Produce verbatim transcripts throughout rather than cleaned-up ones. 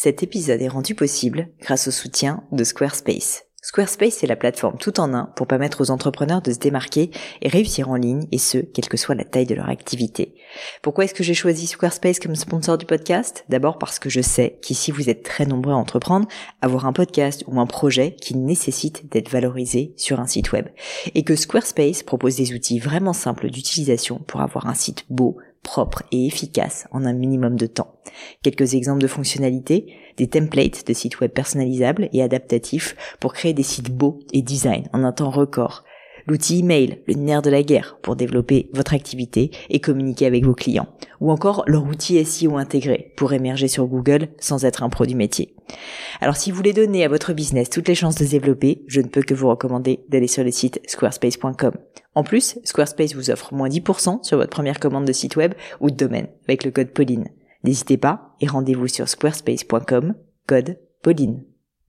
Cet épisode est rendu possible grâce au soutien de Squarespace. Squarespace est la plateforme tout en un pour permettre aux entrepreneurs de se démarquer et réussir en ligne, et ce, quelle que soit la taille de leur activité. Pourquoi est-ce que j'ai choisi Squarespace comme sponsor du podcast ? D'abord parce que je sais qu'ici vous êtes très nombreux à entreprendre, avoir un podcast ou un projet qui nécessite d'être valorisé sur un site web. Et que Squarespace propose des outils vraiment simples d'utilisation pour avoir un site beau, propre et efficace en un minimum de temps. Quelques exemples de fonctionnalités, des templates de sites web personnalisables et adaptatifs pour créer des sites beaux et design en un temps record. L'outil email, le nerf de la guerre pour développer votre activité et communiquer avec vos clients. Ou encore leur outil S E O intégré pour émerger sur Google sans être un pro du métier. Alors si vous voulez donner à votre business toutes les chances de se développer, je ne peux que vous recommander d'aller sur le site squarespace point com. En plus, Squarespace vous offre moins dix pour cent sur votre première commande de site web ou de domaine avec le code Pauline. N'hésitez pas et rendez-vous sur squarespace point com, code Pauline.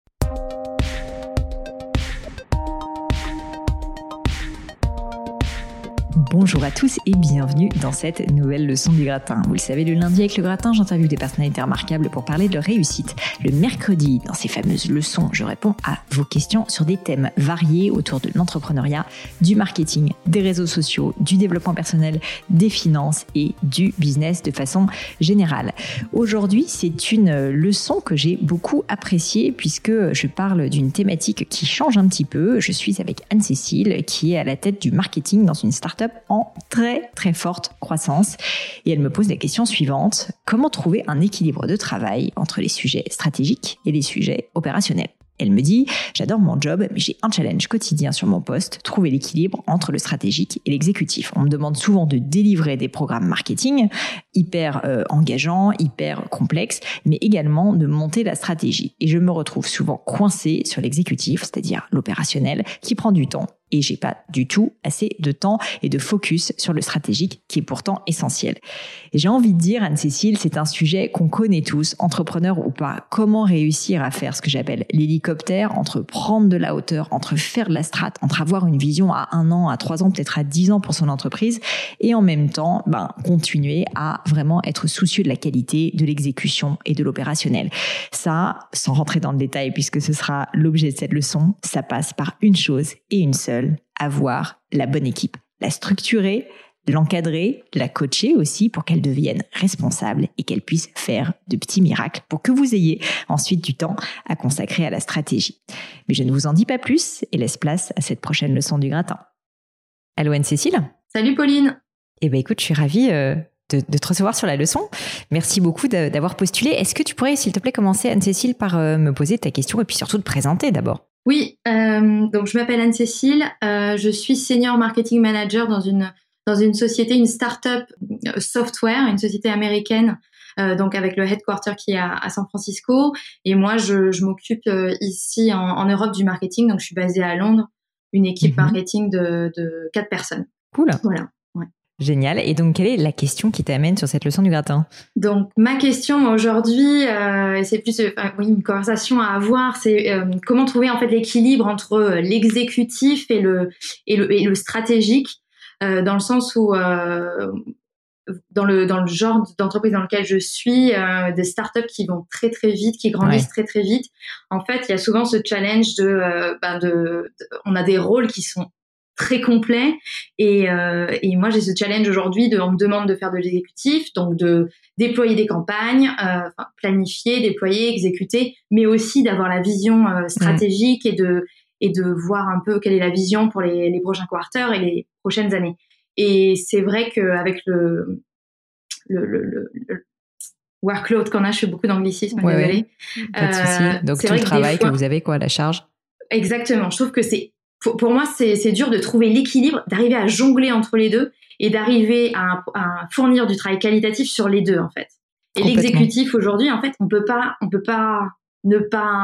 Bonjour à tous et bienvenue dans cette nouvelle leçon du gratin. Vous le savez, le lundi avec le gratin, j'interviewe des personnalités remarquables pour parler de leur réussite. Le mercredi, dans ces fameuses leçons, je réponds à vos questions sur des thèmes variés autour de l'entrepreneuriat, du marketing, des réseaux sociaux, du développement personnel, des finances et du business de façon générale. Aujourd'hui, c'est une leçon que j'ai beaucoup appréciée puisque je parle d'une thématique qui change un petit peu. Je suis avec Anne-Cécile qui est à la tête du marketing dans une start-up en très très forte croissance et elle me pose la question suivante: comment trouver un équilibre de travail entre les sujets stratégiques et les sujets opérationnels? Elle me dit: j'adore mon job, mais j'ai un challenge quotidien sur mon poste, trouver l'équilibre entre le stratégique et l'exécutif. On me demande souvent de délivrer des programmes marketing hyper euh, engageants, hyper complexes, mais également de monter la stratégie. Et je me retrouve souvent coincée sur l'exécutif, c'est-à-dire l'opérationnel, qui prend du temps. Et j'ai pas du tout assez de temps et de focus sur le stratégique qui est pourtant essentiel. Et j'ai envie de dire, Anne-Cécile, c'est un sujet qu'on connaît tous, entrepreneurs ou pas. Comment réussir à faire ce que j'appelle l'hélicoptère, entre prendre de la hauteur, entre faire de la strat, entre avoir une vision à un an, à trois ans, peut-être à dix ans pour son entreprise, et en même temps, ben, continuer à vraiment être soucieux de la qualité, de l'exécution et de l'opérationnel. Ça, sans rentrer dans le détail puisque ce sera l'objet de cette leçon, ça passe par une chose et une seule: avoir la bonne équipe, la structurer, l'encadrer, la coacher aussi pour qu'elle devienne responsable et qu'elle puisse faire de petits miracles pour que vous ayez ensuite du temps à consacrer à la stratégie. Mais je ne vous en dis pas plus et laisse place à cette prochaine leçon du gratin. Allô Anne-Cécile ? Salut Pauline. Eh ben écoute, je suis ravie euh, de, de te recevoir sur la leçon. Merci beaucoup de, d'avoir postulé. Est-ce que tu pourrais, s'il te plaît, commencer Anne-Cécile par euh, me poser ta question et puis surtout te présenter d'abord ? Oui, euh, donc je m'appelle Anne-Cécile, euh, je suis senior marketing manager dans une dans une société, une start-up software, une société américaine, euh, donc avec le headquarter qui est à, à San Francisco. Et moi, je, je m'occupe euh, ici en, en Europe du marketing, donc je suis basée à Londres, une équipe mm-hmm. marketing de de quatre personnes. Cool. Voilà. Ouais. Génial. Et donc, quelle est la question qui t'amène sur cette leçon du gratin ? Donc, ma question aujourd'hui, euh, c'est plus euh, oui, une conversation à avoir, c'est euh, comment trouver en fait l'équilibre entre l'exécutif et le et le, et le stratégique, euh, dans le sens où euh, dans le dans le genre d'entreprise dans lequel je suis, euh, des startups qui vont très très vite, qui grandissent ouais. très très vite. En fait, il y a souvent ce challenge de, euh, ben de, de, on a des rôles qui sont très complet et, euh, et moi j'ai ce challenge aujourd'hui de on me demande de faire de l'exécutif, donc de déployer des campagnes, euh, enfin, planifier, déployer, exécuter, mais aussi d'avoir la vision euh, stratégique mmh. et de et de voir un peu quelle est la vision pour les, les prochains quarters et les prochaines années. Et c'est vrai qu'avec le le, le, le, le workload qu'on a, je fais beaucoup d'anglicisme, ouais, désolée. Ouais. Pas de souci. Euh, donc tout le travail que, fois, que vous avez quoi, la charge. Exactement. Je trouve que c'est Pour, pour moi, c'est, c'est dur de trouver l'équilibre, d'arriver à jongler entre les deux et d'arriver à, à fournir du travail qualitatif sur les deux, en fait. Et l'exécutif, aujourd'hui, en fait, on peut pas, on peut pas ne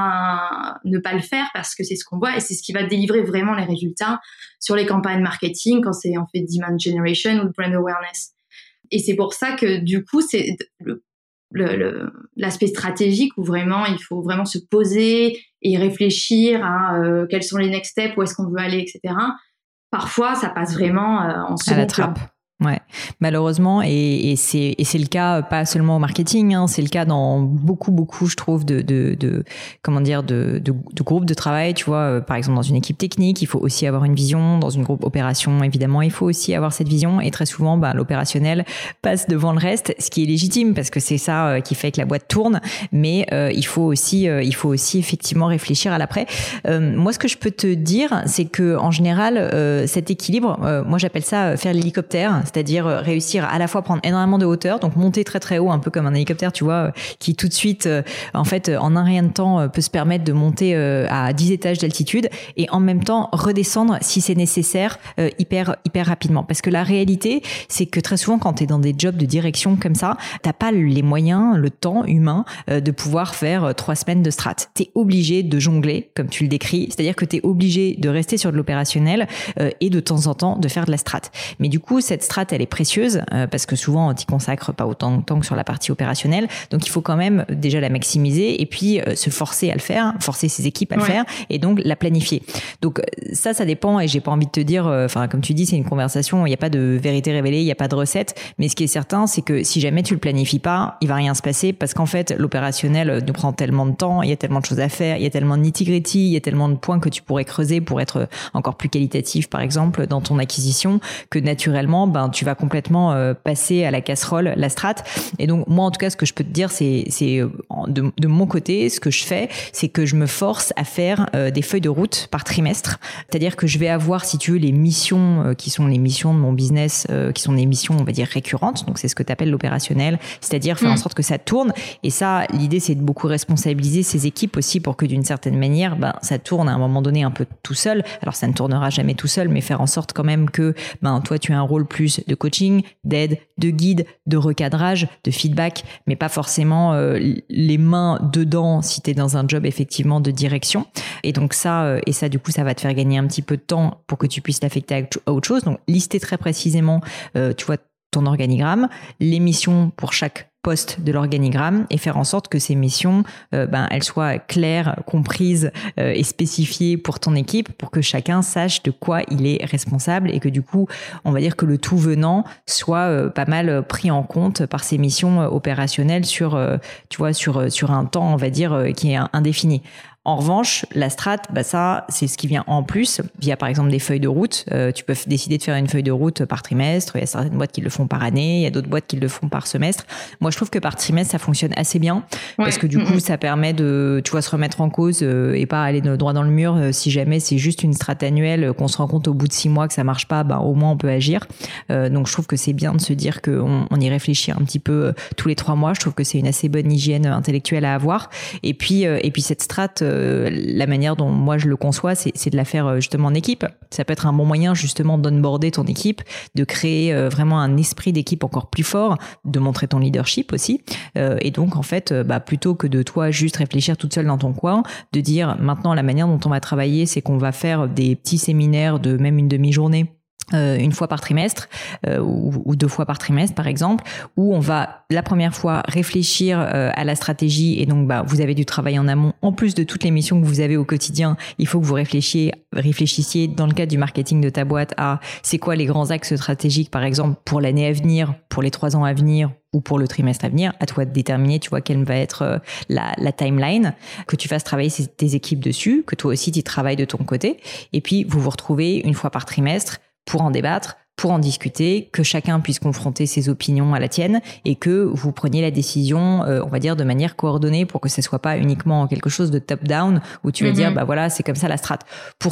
pas, ne pas le faire parce que c'est ce qu'on voit et c'est ce qui va délivrer vraiment les résultats sur les campagnes marketing quand c'est, on fait demand generation ou brand awareness. Et c'est pour ça que, du coup, c'est le, Le, le, l'aspect stratégique où vraiment il faut vraiment se poser et réfléchir à euh, quels sont les next steps, où est-ce qu'on veut aller, et cetera. Parfois, ça passe vraiment euh, en second à la trappe. plan. Ouais, malheureusement, et, et c'est et c'est le cas pas seulement au marketing, hein, c'est le cas dans beaucoup beaucoup, je trouve, de de, de comment dire, de, de de groupes de travail. Tu vois, euh, par exemple dans une équipe technique, il faut aussi avoir une vision. Dans une groupe opération, évidemment, il faut aussi avoir cette vision. Et très souvent, bah, l'opérationnel passe devant le reste, ce qui est légitime parce que c'est ça euh, qui fait que la boîte tourne. Mais euh, il faut aussi euh, il faut aussi effectivement réfléchir à l'après. Euh, moi, ce que je peux te dire, c'est que en général, euh, cet équilibre, euh, moi j'appelle ça euh, faire l'hélicoptère. C'est-à-dire réussir à la fois prendre énormément de hauteur, donc monter très très haut, un peu comme un hélicoptère, tu vois, qui tout de suite, en fait, en un rien de temps, peut se permettre de monter à dix étages d'altitude et en même temps redescendre si c'est nécessaire hyper hyper rapidement. Parce que la réalité, c'est que très souvent, quand tu es dans des jobs de direction comme ça, t'as pas les moyens, le temps humain de pouvoir faire trois semaines de strat. T'es obligé de jongler, comme tu le décris, c'est-à-dire que t'es obligé de rester sur de l'opérationnel et de temps en temps de faire de la strat. Mais du coup, cette strat, elle est précieuse euh, parce que souvent, tu consacres pas autant de temps que sur la partie opérationnelle. Donc, il faut quand même déjà la maximiser et puis euh, se forcer à le faire, forcer ses équipes à ouais. le faire et donc la planifier. Donc, ça, ça dépend et j'ai pas envie de te dire, enfin, euh, comme tu dis, c'est une conversation, il n'y a pas de vérité révélée, il n'y a pas de recette. Mais ce qui est certain, c'est que si jamais tu le planifies pas, il va rien se passer parce qu'en fait, l'opérationnel nous prend tellement de temps, il y a tellement de choses à faire, il y a tellement de nitty-gritty, il y a tellement de points que tu pourrais creuser pour être encore plus qualitatif, par exemple, dans ton acquisition, que naturellement, ben, tu vas complètement euh, passer à la casserole la strat. Et donc moi en tout cas ce que je peux te dire c'est c'est de, de mon côté ce que je fais c'est que je me force à faire euh, des feuilles de route par trimestre. C'est-à-dire que je vais avoir si tu veux les missions euh, qui sont les missions de mon business euh, qui sont des missions on va dire récurrentes. Donc c'est ce que tu appelles l'opérationnel, c'est-à-dire faire mmh. en sorte que ça tourne et ça l'idée c'est de beaucoup responsabiliser ces équipes aussi pour que d'une certaine manière ben ça tourne à un moment donné un peu tout seul. Alors ça ne tournera jamais tout seul mais faire en sorte quand même que ben toi tu as un rôle plus de coaching, d'aide, de guide, de recadrage, de feedback, mais pas forcément euh, les mains dedans si tu es dans un job effectivement de direction. Et donc ça, euh, et ça du coup, ça va te faire gagner un petit peu de temps pour que tu puisses l'affecter à autre chose. Donc lister très précisément, euh, tu vois, ton organigramme, les missions pour chaque poste de l'organigramme et faire en sorte que ces missions, euh, ben, elles soient claires, comprises euh, et spécifiées pour ton équipe pour que chacun sache de quoi il est responsable et que du coup, on va dire que le tout venant soit euh, pas mal pris en compte par ces missions euh, opérationnelles sur, euh, tu vois, sur, sur un temps, on va dire, euh, qui est indéfini. En revanche, la strat, bah ça, c'est ce qui vient en plus via par exemple des feuilles de route. Euh, tu peux f- décider de faire une feuille de route par trimestre. Il y a certaines boîtes qui le font par année, il y a d'autres boîtes qui le font par semestre. Moi, je trouve que par trimestre, ça fonctionne assez bien ouais. parce que du coup, mmh. ça permet de, tu vois, se remettre en cause euh, et pas aller droit dans le mur. Euh, si jamais c'est juste une strat annuelle, euh, qu'on se rend compte au bout de six mois que ça marche pas, bah au moins on peut agir. Euh, donc, je trouve que c'est bien de se dire qu'on on y réfléchit un petit peu euh, tous les trois mois. Je trouve que c'est une assez bonne hygiène intellectuelle à avoir. Et puis, euh, et puis cette strat. Euh, la manière dont moi je le conçois, c'est, c'est de la faire justement en équipe. Ça peut être un bon moyen justement d'onboarder ton équipe, de créer vraiment un esprit d'équipe encore plus fort, de montrer ton leadership aussi. Euh, et donc en fait, bah, plutôt que de toi juste réfléchir toute seule dans ton coin, de dire maintenant la manière dont on va travailler, c'est qu'on va faire des petits séminaires de même une demi-journée. Euh, une fois par trimestre euh, ou, ou deux fois par trimestre par exemple, où on va la première fois réfléchir euh, à la stratégie et donc bah vous avez du travail en amont en plus de toutes les missions que vous avez au quotidien. Il faut que vous réfléchissiez réfléchissiez dans le cadre du marketing de ta boîte à c'est quoi les grands axes stratégiques par exemple pour l'année à venir, pour les trois ans à venir ou pour le trimestre à venir. À toi de déterminer, tu vois, quelle va être euh, la, la timeline, que tu fasses travailler tes équipes dessus, que toi aussi tu travailles de ton côté et puis vous vous retrouvez une fois par trimestre pour en débattre, pour en discuter, que chacun puisse confronter ses opinions à la tienne et que vous preniez la décision, euh, on va dire, de manière coordonnée pour que ce soit pas uniquement quelque chose de top-down où tu vas mm-hmm. dire, bah voilà, c'est comme ça la strat. Pourquoi ?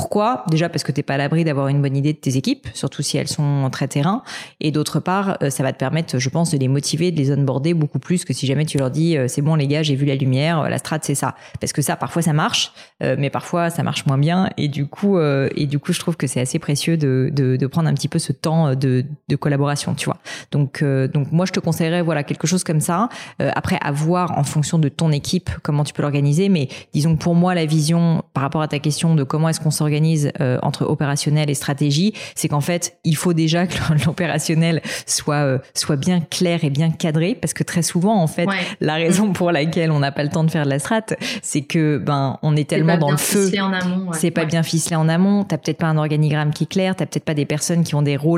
Déjà parce que t'es pas à l'abri d'avoir une bonne idée de tes équipes, surtout si elles sont très terrain. Et d'autre part, euh, ça va te permettre, je pense, de les motiver, de les onboarder beaucoup plus que si jamais tu leur dis, euh, c'est bon les gars, j'ai vu la lumière, la strat c'est ça. Parce que ça, parfois ça marche, euh, mais parfois ça marche moins bien. Et du coup, euh, et du coup, je trouve que c'est assez précieux de, de, de prendre un petit peu ce temps de, de collaboration, tu vois. Donc, euh, donc moi, je te conseillerais, voilà, quelque chose comme ça. Euh, après, à voir en fonction de ton équipe comment tu peux l'organiser. Mais disons que pour moi, la vision par rapport à ta question de comment est-ce qu'on s'organise euh, entre opérationnel et stratégie, c'est qu'en fait, il faut déjà que l'opérationnel soit euh, soit bien clair et bien cadré, parce que très souvent, en fait, ouais. la raison pour laquelle on n'a pas le temps de faire de la strat, c'est que ben on est tellement dans le feu. En amont, ouais. C'est pas ouais. bien ficelé en amont. T'as peut-être pas un organigramme qui est clair. T'as peut-être pas des personnes qui ont des rôles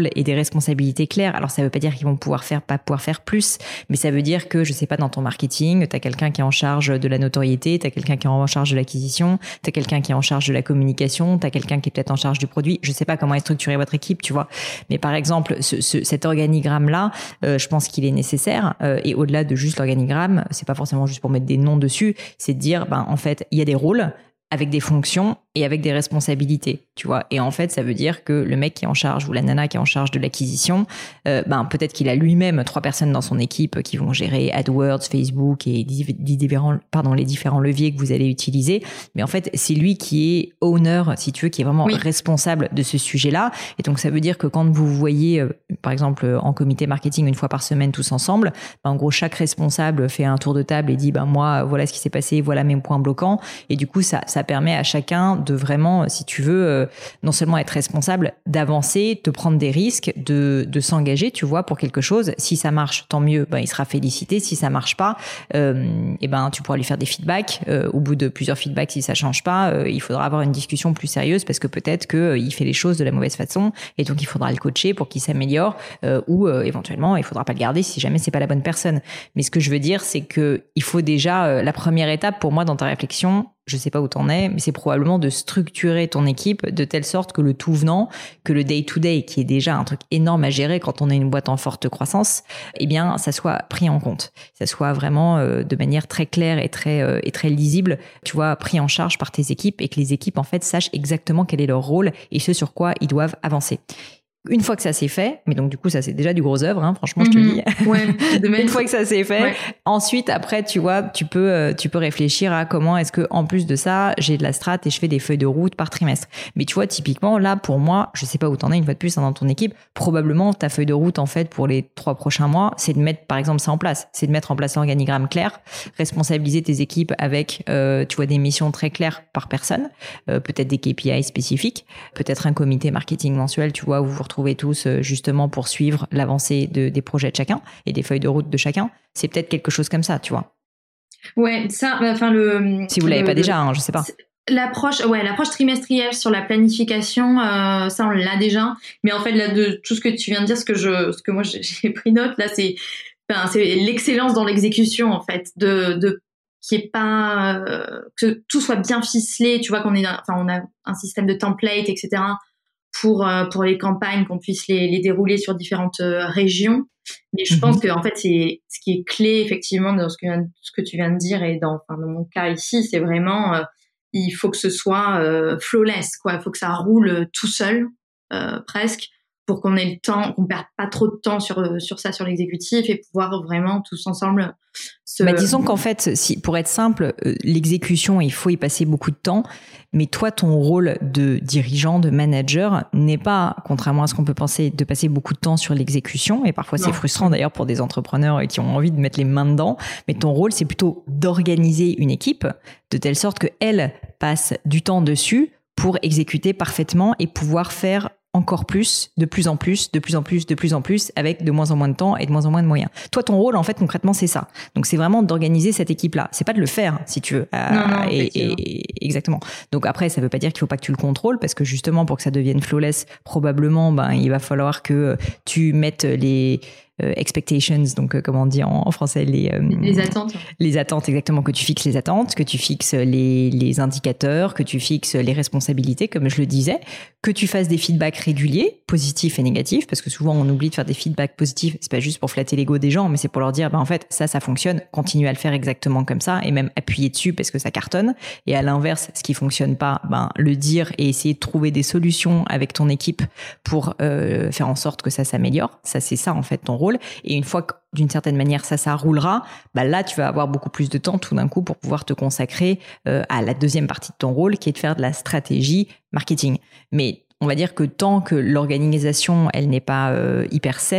et des responsabilités claires. Alors ça veut pas dire qu'ils vont pouvoir faire, pas pouvoir faire plus, mais ça veut dire que, je sais pas, dans ton marketing, t'as quelqu'un qui est en charge de la notoriété, t'as quelqu'un qui est en charge de l'acquisition, t'as quelqu'un qui est en charge de la communication, t'as quelqu'un qui est peut-être en charge du produit. Je sais pas comment est structurée votre équipe, tu vois. Mais par exemple, ce, ce, cet organigramme-là, euh, je pense qu'il est nécessaire. Euh, et au-delà de juste l'organigramme, c'est pas forcément juste pour mettre des noms dessus, c'est de dire, ben en fait, il y a des rôles avec des fonctions et avec des responsabilités, tu vois. Et en fait, ça veut dire que le mec qui est en charge ou la nana qui est en charge de l'acquisition, euh, ben peut-être qu'il a lui-même trois personnes dans son équipe qui vont gérer AdWords, Facebook et différents, pardon, les différents leviers que vous allez utiliser. Mais en fait, c'est lui qui est owner, si tu veux, qui est vraiment oui. responsable de ce sujet-là. Et donc, ça veut dire que quand vous vous voyez, euh, par exemple, en comité marketing une fois par semaine tous ensemble, ben, en gros, chaque responsable fait un tour de table et dit, ben moi, voilà ce qui s'est passé, voilà mes points bloquants. Et du coup, ça, ça permet à chacun de vraiment, si tu veux, euh, non seulement être responsable, d'avancer, de prendre des risques, de, de s'engager, tu vois, pour quelque chose. Si ça marche, tant mieux, ben, il sera félicité. Si ça marche pas, euh, et ben, tu pourras lui faire des feedbacks. Euh, au bout de plusieurs feedbacks, si ça change pas, euh, il faudra avoir une discussion plus sérieuse parce que peut-être que euh, il fait les choses de la mauvaise façon et donc il faudra le coacher pour qu'il s'améliore euh, ou euh, éventuellement, il faudra pas le garder si jamais c'est pas la bonne personne. Mais ce que je veux dire, c'est que il faut déjà, euh, la première étape pour moi dans ta réflexion, je sais pas où t'en es, mais c'est probablement de structurer ton équipe de telle sorte que le tout venant, que le day-to-day, qui est déjà un truc énorme à gérer quand on est une boîte en forte croissance, eh bien, ça soit pris en compte. Ça soit vraiment euh, de manière très claire et très, euh, et très lisible, tu vois, pris en charge par tes équipes et que les équipes, en fait, sachent exactement quel est leur rôle et ce sur quoi ils doivent avancer. Une fois que ça s'est fait, mais donc du coup ça c'est déjà du gros œuvre, hein, franchement je te mmh, dis. Ouais, de mettre... Une fois que ça s'est fait, ouais. Ensuite après tu vois tu peux euh, tu peux réfléchir à comment est-ce que en plus de ça j'ai de la strat et je fais des feuilles de route par trimestre. Mais tu vois typiquement là pour moi, je sais pas où t'en es une fois de plus hein, dans ton équipe, probablement ta feuille de route en fait pour les trois prochains mois, c'est de mettre par exemple ça en place, c'est de mettre en place l'organigramme clair, responsabiliser tes équipes avec euh, tu vois des missions très claires par personne, euh, peut-être des K P I spécifiques, peut-être un comité marketing mensuel, tu vois où vous retrouvez tous justement pour suivre l'avancée de, des projets de chacun et des feuilles de route de chacun. C'est peut-être quelque chose comme ça, tu vois. Ouais, ça, enfin le. Si vous l'avez le, pas déjà, hein, je sais pas. L'approche, ouais, l'approche trimestrielle sur la planification, euh, ça on l'a déjà. Mais en fait, là, de tout ce que tu viens de dire, ce que je, ce que moi j'ai pris note là, c'est, ben, c'est l'excellence dans l'exécution en fait, de, de qui est pas euh, que tout soit bien ficelé. Tu vois qu'on est, enfin, on a un système de template, et cetera pour euh, pour les campagnes, qu'on puisse les, les dérouler sur différentes euh, régions. Mais je mm-hmm. pense que en fait c'est ce qui est clé effectivement dans ce que ce que tu viens de dire et dans enfin dans mon cas ici, c'est vraiment euh, il faut que ce soit euh, flawless quoi, il faut que ça roule tout seul euh, presque pour qu'on ait le temps, qu'on perde pas trop de temps sur sur ça sur l'exécutif et pouvoir vraiment tous ensemble se... Bah disons qu'en fait, si pour être simple, euh, l'exécution, il faut y passer beaucoup de temps, mais toi ton rôle de dirigeant, de manager n'est pas, contrairement à ce qu'on peut penser, de passer beaucoup de temps sur l'exécution et parfois non. C'est frustrant d'ailleurs pour des entrepreneurs qui ont envie de mettre les mains dedans, mais ton rôle c'est plutôt d'organiser une équipe de telle sorte que elle passe du temps dessus pour exécuter parfaitement et pouvoir faire encore plus, de plus en plus, de plus en plus, de plus en plus, avec de moins en moins de temps et de moins en moins de moyens. Toi, ton rôle, en fait, concrètement, c'est ça. Donc, c'est vraiment d'organiser cette équipe-là. C'est pas de le faire, si tu veux. Euh, non, non, et, et, et, exactement. Donc, après, ça veut pas dire qu'il faut pas que tu le contrôles, parce que justement, pour que ça devienne flawless, probablement, ben, il va falloir que tu mettes les... Euh, expectations, donc euh, comment on dit en, en français les, euh, les attentes. Les attentes, exactement, que tu fixes les attentes, que tu fixes les, les indicateurs, que tu fixes les responsabilités, comme je le disais, que tu fasses des feedbacks réguliers, positifs et négatifs, parce que souvent on oublie de faire des feedbacks positifs, c'est pas juste pour flatter l'ego des gens, mais c'est pour leur dire, ben en fait, ça, ça fonctionne, continue à le faire exactement comme ça, et même appuyer dessus parce que ça cartonne, et à l'inverse, ce qui fonctionne pas, ben le dire et essayer de trouver des solutions avec ton équipe pour euh, faire en sorte que ça s'améliore. Ça, c'est ça en fait ton rôle. Et une fois que d'une certaine manière ça ça roulera, bah là tu vas avoir beaucoup plus de temps tout d'un coup pour pouvoir te consacrer euh, à la deuxième partie de ton rôle qui est de faire de la stratégie marketing. Mais on va dire que tant que l'organisation elle n'est pas euh, hyper saine,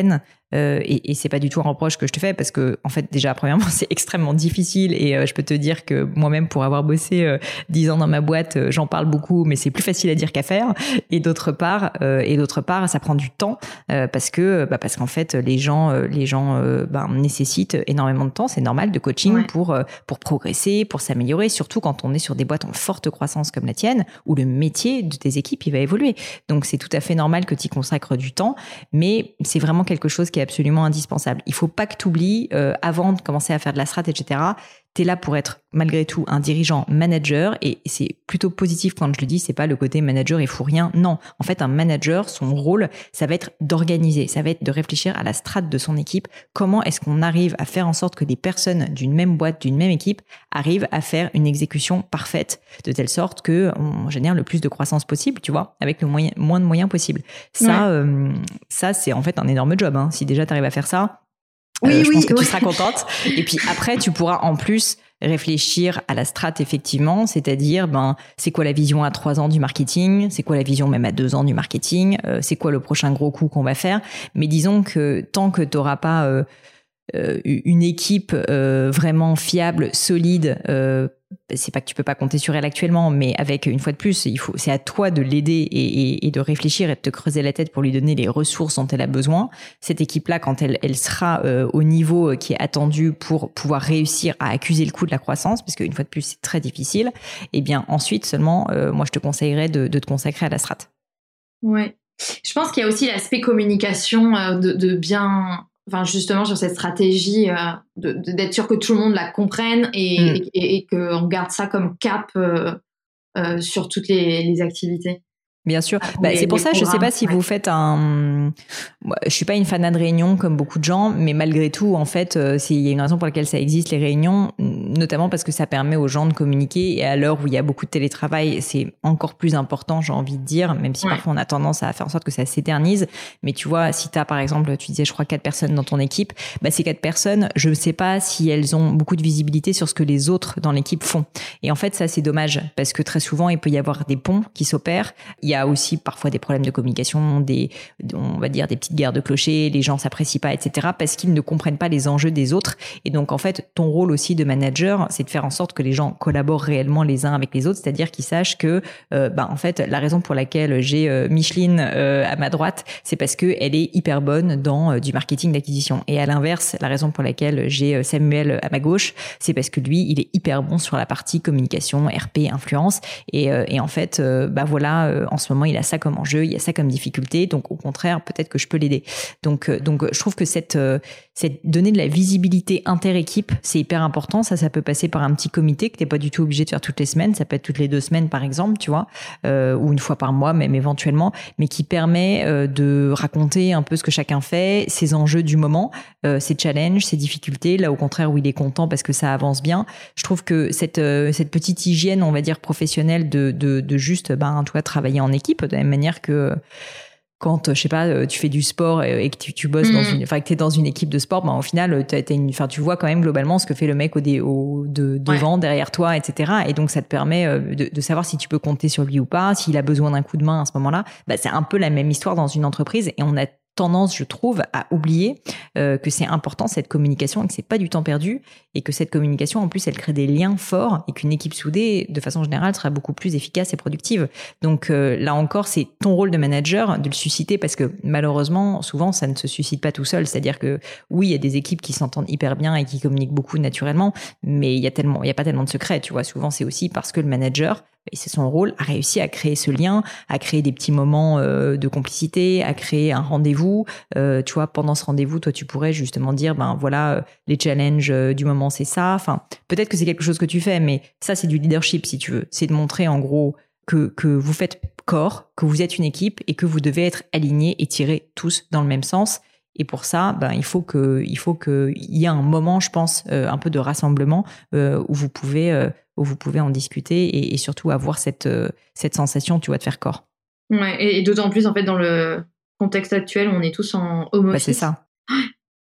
Euh, et, et c'est pas du tout un reproche que je te fais parce que en fait déjà premièrement c'est extrêmement difficile et euh, je peux te dire que moi-même pour avoir bossé euh, dix ans dans ma boîte euh, j'en parle beaucoup mais c'est plus facile à dire qu'à faire et d'autre part euh, et d'autre part ça prend du temps euh, parce que bah, parce qu'en fait les gens euh, les gens euh, ben, nécessitent énormément de temps, c'est normal de coaching ouais. pour euh, pour progresser, pour s'améliorer, surtout quand on est sur des boîtes en forte croissance comme la tienne où le métier de tes équipes il va évoluer, donc c'est tout à fait normal que tu y consacres du temps, mais c'est vraiment quelque chose qui est absolument indispensable. Il faut pas que tu oublies, euh, avant de commencer à faire de la strat, et cetera, t'es là pour être malgré tout un dirigeant manager et c'est plutôt positif quand je le dis, c'est pas le côté manager il faut rien. Non, en fait un manager, son rôle, ça va être d'organiser, ça va être de réfléchir à la strate de son équipe. Comment est-ce qu'on arrive à faire en sorte que les personnes d'une même boîte, d'une même équipe arrivent à faire une exécution parfaite de telle sorte que on génère le plus de croissance possible, tu vois, avec le moyen, moins de moyens possible. Ça, ouais. euh, ça c'est en fait un énorme job. Hein. Si déjà t'arrives à faire ça. Oui, euh, je oui, pense que oui. tu seras contente. Et puis après, tu pourras en plus réfléchir à la strat effectivement, c'est-à-dire ben c'est quoi la vision à trois ans du marketing, c'est quoi la vision même à deux ans du marketing, euh, c'est quoi le prochain gros coup qu'on va faire. Mais disons que tant que tu n'auras pas euh, euh, une équipe euh, vraiment fiable, solide, euh, c'est pas que tu peux pas compter sur elle actuellement, mais avec une fois de plus, il faut, c'est à toi de l'aider et, et, et de réfléchir et de te creuser la tête pour lui donner les ressources dont elle a besoin. Cette équipe-là, quand elle, elle sera euh, au niveau qui est attendu pour pouvoir réussir à accuser le coup de la croissance, parce qu'une fois de plus, c'est très difficile. Et bien ensuite seulement, euh, moi je te conseillerais de, de te consacrer à la strat. Ouais, je pense qu'il y a aussi l'aspect communication euh, de, de bien. Enfin, justement, sur cette stratégie euh, de, de, d'être sûr que tout le monde la comprenne et, mm. et, et qu'on garde ça comme cap euh, euh, sur toutes les, les activités. Bien sûr. Bah, les, c'est pour ça, je sais pas si ouais. vous faites un... Moi, je suis pas une fanat de réunions comme beaucoup de gens, mais malgré tout, en fait, euh, c'est... il y a une raison pour laquelle ça existe, les réunions, notamment parce que ça permet aux gens de communiquer. Et à l'heure où il y a beaucoup de télétravail, c'est encore plus important, j'ai envie de dire, même si ouais. parfois on a tendance à faire en sorte que ça s'éternise. Mais tu vois, si t'as, par exemple, tu disais, je crois, quatre personnes dans ton équipe, bah, ces quatre personnes, je sais pas si elles ont beaucoup de visibilité sur ce que les autres dans l'équipe font. Et en fait, ça, c'est dommage, parce que très souvent, il peut y avoir des ponts qui s'opèrent. Il y a aussi parfois des problèmes de communication, des, on va dire des petites guerres de clochers, les gens s'apprécient pas, et cetera, parce qu'ils ne comprennent pas les enjeux des autres. Et donc, en fait, ton rôle aussi de manager, c'est de faire en sorte que les gens collaborent réellement les uns avec les autres, c'est-à-dire qu'ils sachent que, euh, bah, en fait, la raison pour laquelle j'ai euh, Micheline euh, à ma droite, c'est parce que elle est hyper bonne dans euh, du marketing d'acquisition. Et à l'inverse, la raison pour laquelle j'ai euh, Samuel à ma gauche, c'est parce que lui, il est hyper bon sur la partie communication, R P, influence. Et, euh, et en fait, euh, bah voilà, euh, en ce moment, il a ça comme enjeu, il y a ça comme difficulté, donc au contraire, peut-être que je peux l'aider. Donc, donc je trouve que cette, cette donner de la visibilité inter-équipe, c'est hyper important. Ça, ça peut passer par un petit comité que t'es pas du tout obligé de faire toutes les semaines. Ça peut être toutes les deux semaines, par exemple, tu vois, euh, ou une fois par mois, même éventuellement, mais qui permet euh, de raconter un peu ce que chacun fait, ses enjeux du moment, euh, ses challenges, ses difficultés. Là, au contraire, où il est content parce que ça avance bien. Je trouve que cette, euh, cette petite hygiène, on va dire professionnelle, de, de, de juste, ben, tu vois, travailler en équipe, de la même manière que quand, je sais pas, tu fais du sport et que tu, tu bosses mmh. dans une, enfin, que t'es dans une équipe de sport, ben, au final, t'as, t'as une, enfin, tu vois quand même globalement ce que fait le mec au, dé, au de, devant, ouais. derrière toi, et cetera. Et donc, ça te permet de, de savoir si tu peux compter sur lui ou pas, s'il a besoin d'un coup de main à ce moment-là. Bah, c'est un peu la même histoire dans une entreprise et on a tendance, je trouve, à oublier euh, que c'est important cette communication et que c'est pas du temps perdu et que cette communication, en plus, elle crée des liens forts et qu'une équipe soudée, de façon générale, sera beaucoup plus efficace et productive. Donc euh, là encore, c'est ton rôle de manager de le susciter parce que malheureusement, souvent, ça ne se suscite pas tout seul. C'est-à-dire que oui, il y a des équipes qui s'entendent hyper bien et qui communiquent beaucoup naturellement, mais il y a tellement, il y a pas tellement de secrets. Tu vois, souvent, c'est aussi parce que le manager, et c'est son rôle, a réussi à créer ce lien, à créer des petits moments euh, de complicité, à créer un rendez-vous. Euh, tu vois, pendant ce rendez-vous, toi, tu pourrais justement dire, ben voilà, euh, les challenges euh, du moment, c'est ça. Enfin, peut-être que c'est quelque chose que tu fais, mais ça, c'est du leadership, si tu veux. C'est de montrer, en gros, que que vous faites corps, que vous êtes une équipe et que vous devez être alignés et tirer tous dans le même sens. Et pour ça, ben il faut que il faut que il y ait un moment, je pense, euh, un peu de rassemblement euh, où vous pouvez euh, où vous pouvez en discuter et, et surtout avoir cette euh, cette sensation, tu vois, de faire corps. Ouais, et, et d'autant plus en fait dans le contexte actuel où on est tous en home office. Bah, c'est ça.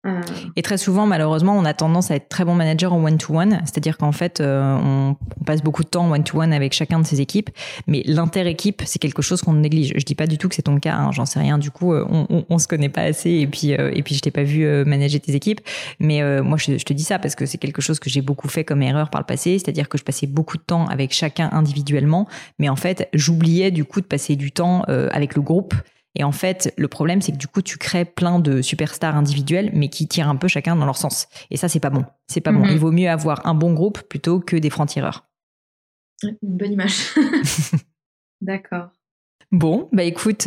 Euh... Et très souvent, malheureusement, on a tendance à être très bon manager en one-to-one, c'est-à-dire qu'en fait, euh, on, on passe beaucoup de temps en one-to-one avec chacun de ses équipes, mais l'inter-équipe, c'est quelque chose qu'on néglige. Je dis pas du tout que c'est ton cas, hein, j'en sais rien. Du coup, euh, on, on, on se connaît pas assez, et puis euh, et puis je t'ai pas vu euh, manager tes équipes, mais euh, moi, je, je te dis ça parce que c'est quelque chose que j'ai beaucoup fait comme erreur par le passé, c'est-à-dire que je passais beaucoup de temps avec chacun individuellement, mais en fait, j'oubliais du coup de passer du temps euh, avec le groupe. Et en fait, le problème, c'est que du coup, tu crées plein de superstars individuels, mais qui tirent un peu chacun dans leur sens. Et ça, c'est pas bon. C'est pas mm-hmm. bon. Il vaut mieux avoir un bon groupe plutôt que des francs-tireurs. Une bonne image. D'accord. Bon, bah écoute,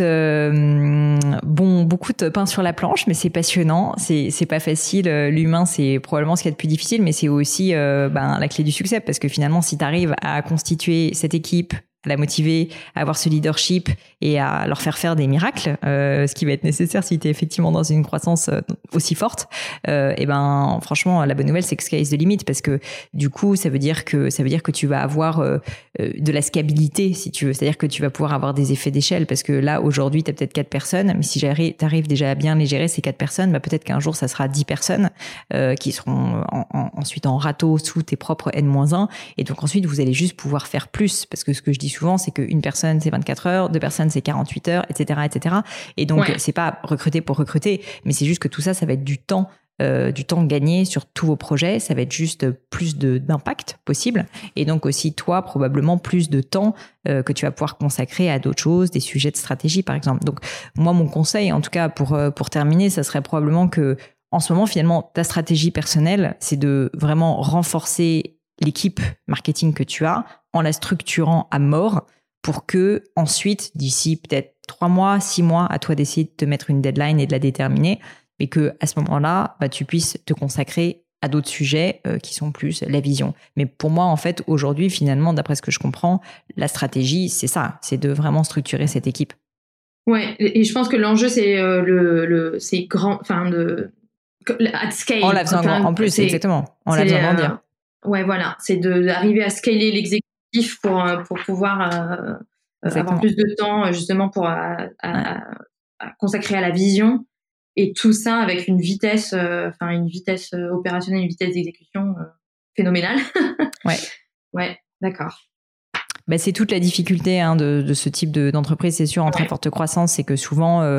euh, bon, beaucoup de pain sur la planche, mais c'est passionnant. C'est c'est pas facile. L'humain, c'est probablement ce qu'il y a de plus difficile, mais c'est aussi euh, ben, la clé du succès, parce que finalement, si tu arrives à constituer cette équipe, à la motiver, à avoir ce leadership et à leur faire faire des miracles, euh, ce qui va être nécessaire si tu es effectivement dans une croissance euh, aussi forte, euh, et ben franchement, la bonne nouvelle, c'est que sky is the limit, parce que du coup, ça veut dire que ça veut dire que tu vas avoir euh, de la scalabilité, si tu veux, c'est-à-dire que tu vas pouvoir avoir des effets d'échelle, parce que là, aujourd'hui, tu as peut-être quatre personnes, mais si tu arrives déjà à bien les gérer, ces quatre personnes, bah, peut-être qu'un jour, ça sera dix personnes euh, qui seront en, en, ensuite en râteau sous tes propres N moins un, et donc ensuite, vous allez juste pouvoir faire plus, parce que ce que je dis souvent, c'est qu'une personne, c'est vingt-quatre heures, deux personnes, c'est quarante-huit heures, et cetera, et cetera. Et donc, ouais. c'est pas recruter pour recruter, mais c'est juste que tout ça, ça va être du temps, euh, du temps gagné sur tous vos projets. Ça va être juste plus de, d'impact possible. Et donc aussi, toi, probablement plus de temps euh, que tu vas pouvoir consacrer à d'autres choses, des sujets de stratégie, par exemple. Donc, moi, mon conseil, en tout cas, pour, pour terminer, ça serait probablement que, en ce moment, finalement, ta stratégie personnelle, c'est de vraiment renforcer l'équipe marketing que tu as en la structurant à mort, pour que ensuite, d'ici peut-être trois mois, six mois, à toi d'essayer de te mettre une deadline et de la déterminer, mais que à ce moment-là, bah, tu puisses te consacrer à d'autres sujets euh, qui sont plus la vision. Mais pour moi, en fait, aujourd'hui, finalement, d'après ce que je comprends, la stratégie, c'est ça, c'est de vraiment structurer cette équipe. Ouais, et je pense que l'enjeu, c'est euh, le, le, c'est grand, enfin, de at scale. On l'a besoin enfin, en plus, c'est, exactement. On l'a besoin d'en dire. Euh, ouais, voilà, c'est de d'arriver à scaler l'exécutif pour pour pouvoir euh, avoir plus de temps justement pour à, à, ouais. à consacrer à la vision, et tout ça avec une vitesse enfin euh, une vitesse opérationnelle, une vitesse d'exécution euh, phénoménale. Ouais. Ouais, d'accord. Bah, c'est toute la difficulté hein, de, de ce type de, d'entreprise, c'est sûr, en ouais. très forte croissance, c'est que souvent euh,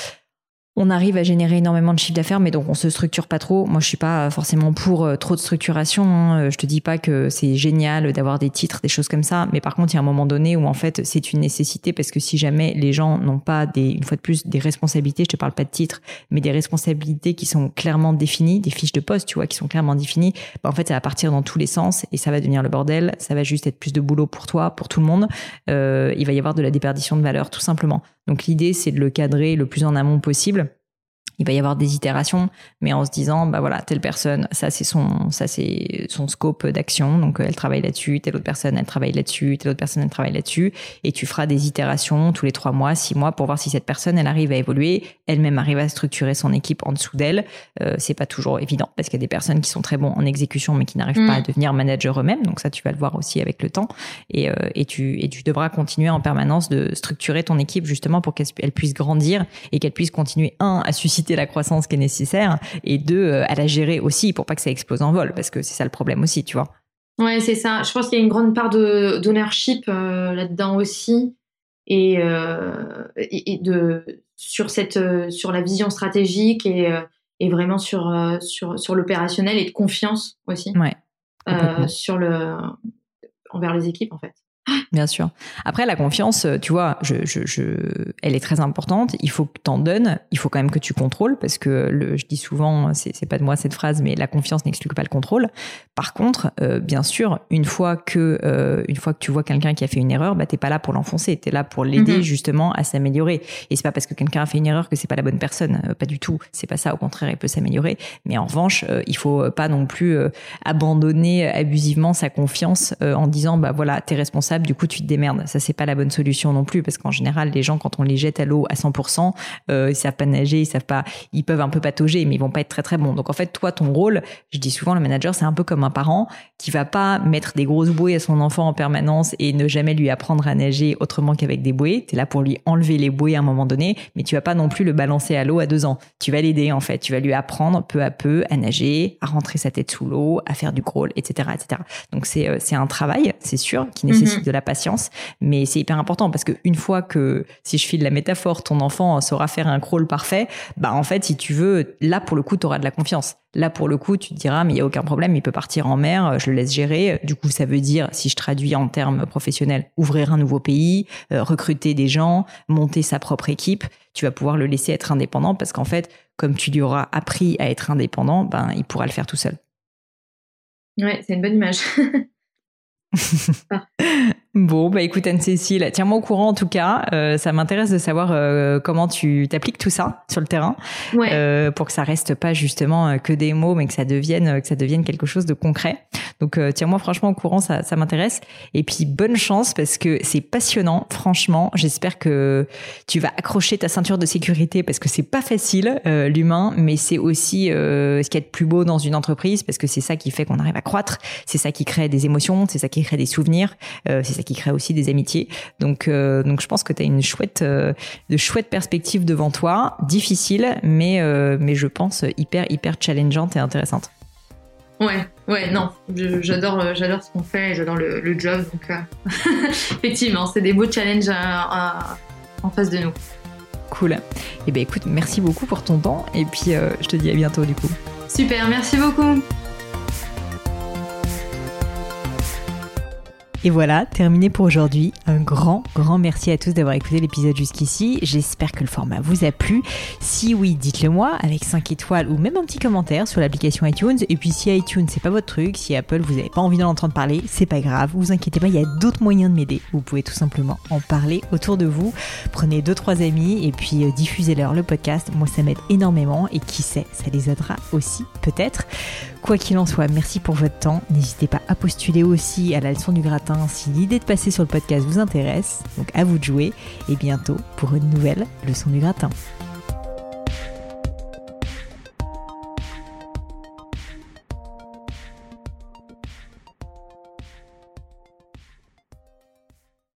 on arrive à générer énormément de chiffre d'affaires, mais donc on se structure pas trop. Moi, je suis pas forcément pour euh, trop de structuration. Hein. Je te dis pas que c'est génial d'avoir des titres, des choses comme ça, mais par contre, il y a un moment donné où en fait, c'est une nécessité, parce que si jamais les gens n'ont pas des, une fois de plus, des responsabilités, je te parle pas de titres, mais des responsabilités qui sont clairement définies, des fiches de poste, tu vois, qui sont clairement définies, bah en fait, ça va partir dans tous les sens et ça va devenir le bordel. Ça va juste être plus de boulot pour toi, pour tout le monde. Euh, il va y avoir de la déperdition de valeur, tout simplement. Donc l'idée, c'est de le cadrer le plus en amont possible. Il va y avoir des itérations, mais en se disant, bah voilà, telle personne, ça c'est son, ça c'est son scope d'action, donc elle travaille là-dessus, telle autre personne, elle travaille là-dessus, telle autre personne, elle travaille là-dessus, et tu feras des itérations tous les trois mois, six mois, pour voir si cette personne, elle arrive à évoluer, elle-même arrive à structurer son équipe en dessous d'elle. Euh, c'est pas toujours évident, parce qu'il y a des personnes qui sont très bons en exécution, mais qui n'arrivent mmh. pas à devenir manager eux-mêmes, donc ça tu vas le voir aussi avec le temps, et, euh, et tu, et tu devras continuer en permanence de structurer ton équipe justement pour qu'elle puisse grandir et qu'elle puisse continuer, un, à susciter la croissance qui est nécessaire, et deux, à la gérer aussi pour pas que ça explose en vol, parce que c'est ça le problème aussi, tu vois. Ouais, c'est ça. Je pense qu'il y a une grande part de d'ownership euh, là-dedans aussi, et, euh, et, et de sur cette euh, sur la vision stratégique, et, euh, et vraiment sur euh, sur sur l'opérationnel, et de confiance aussi. Ouais. Euh, sur le envers les équipes en fait. Bien sûr. Après, la confiance, tu vois, je, je, je, elle est très importante. Il faut que t'en donnes. Il faut quand même que tu contrôles, parce que le, je dis souvent, c'est, c'est pas de moi cette phrase, mais la confiance n'exclut pas le contrôle. Par contre, euh, bien sûr, une fois que, euh, une fois que tu vois quelqu'un qui a fait une erreur, bah t'es pas là pour l'enfoncer. T'es là pour l'aider mm-hmm. justement à s'améliorer. Et c'est pas parce que quelqu'un a fait une erreur que c'est pas la bonne personne. Euh, pas du tout. C'est pas ça. Au contraire, il peut s'améliorer. Mais en revanche, euh, il faut pas non plus euh, abandonner abusivement sa confiance euh, en disant, bah voilà, t'es responsable indispensable, du coup tu te démerdes. Ça c'est pas la bonne solution non plus, parce qu'en général les gens quand on les jette à l'eau à cent pour cent, euh, ils savent pas nager, ils savent pas, ils peuvent un peu patauger, mais ils vont pas être très très bons. Donc en fait toi ton rôle, je dis souvent le manager c'est un peu comme un parent qui va pas mettre des grosses bouées à son enfant en permanence et ne jamais lui apprendre à nager autrement qu'avec des bouées. T'es là pour lui enlever les bouées à un moment donné, mais tu vas pas non plus le balancer à l'eau à deux ans. Tu vas l'aider en fait, tu vas lui apprendre peu à peu à nager, à rentrer sa tête sous l'eau, à faire du crawl, et cetera, et cetera. Donc c'est euh, c'est un travail, c'est sûr, qui nécessite mm-hmm. de la patience, mais c'est hyper important parce que une fois que, si je file la métaphore, ton enfant saura faire un crawl parfait, bah en fait si tu veux, là pour le coup t'auras de la confiance. Là, pour le coup, tu te diras, mais il n'y a aucun problème, il peut partir en mer, je le laisse gérer. Du coup, ça veut dire, si je traduis en termes professionnels, ouvrir un nouveau pays, euh, recruter des gens, monter sa propre équipe. Tu vas pouvoir le laisser être indépendant parce qu'en fait, comme tu lui auras appris à être indépendant, ben, il pourra le faire tout seul. Ouais, c'est une bonne image. Bon, bah écoute Anne-Cécile, tiens-moi au courant en tout cas. Euh, ça m'intéresse de savoir euh, comment tu t'appliques tout ça sur le terrain, ouais. euh, pour que ça reste pas justement que des mots, mais que ça devienne que ça devienne quelque chose de concret. Donc euh, tiens-moi franchement au courant, ça, ça m'intéresse. Et puis bonne chance parce que c'est passionnant. Franchement, j'espère que tu vas accrocher ta ceinture de sécurité parce que c'est pas facile euh, l'humain, mais c'est aussi euh, ce qu'il y a de plus beau dans une entreprise parce que c'est ça qui fait qu'on arrive à croître. C'est ça qui crée des émotions, c'est ça qui crée des souvenirs, euh, c'est ça qui crée aussi des amitiés. Donc, euh, donc je pense que tu as une chouette, euh, de chouettes perspectives devant toi, difficile, mais, euh, mais je pense hyper, hyper challengeante et intéressante. Ouais, ouais, non, je, j'adore, j'adore ce qu'on fait, j'adore le, le job, donc euh, effectivement, c'est des beaux challenges à, à, en face de nous. Cool. Eh ben écoute, merci beaucoup pour ton temps et puis euh, je te dis à bientôt du coup. Super, merci beaucoup. Et voilà, terminé pour aujourd'hui. Un grand, grand merci à tous d'avoir écouté l'épisode jusqu'ici. J'espère que le format vous a plu. Si oui, dites-le moi avec cinq étoiles ou même un petit commentaire sur l'application iTunes. Et puis si iTunes, c'est pas votre truc, si Apple, vous n'avez pas envie d'en entendre parler, c'est pas grave. Vous inquiétez pas, il y a d'autres moyens de m'aider. Vous pouvez tout simplement en parler autour de vous. Prenez deux, trois amis et puis euh, diffusez-leur le podcast. Moi, ça m'aide énormément et qui sait, ça les aidera aussi, peut-être. Quoi qu'il en soit, merci pour votre temps. N'hésitez pas à postuler aussi à la leçon du gratin si l'idée de passer sur le podcast vous intéresse. Donc à vous de jouer et bientôt pour une nouvelle leçon du gratin.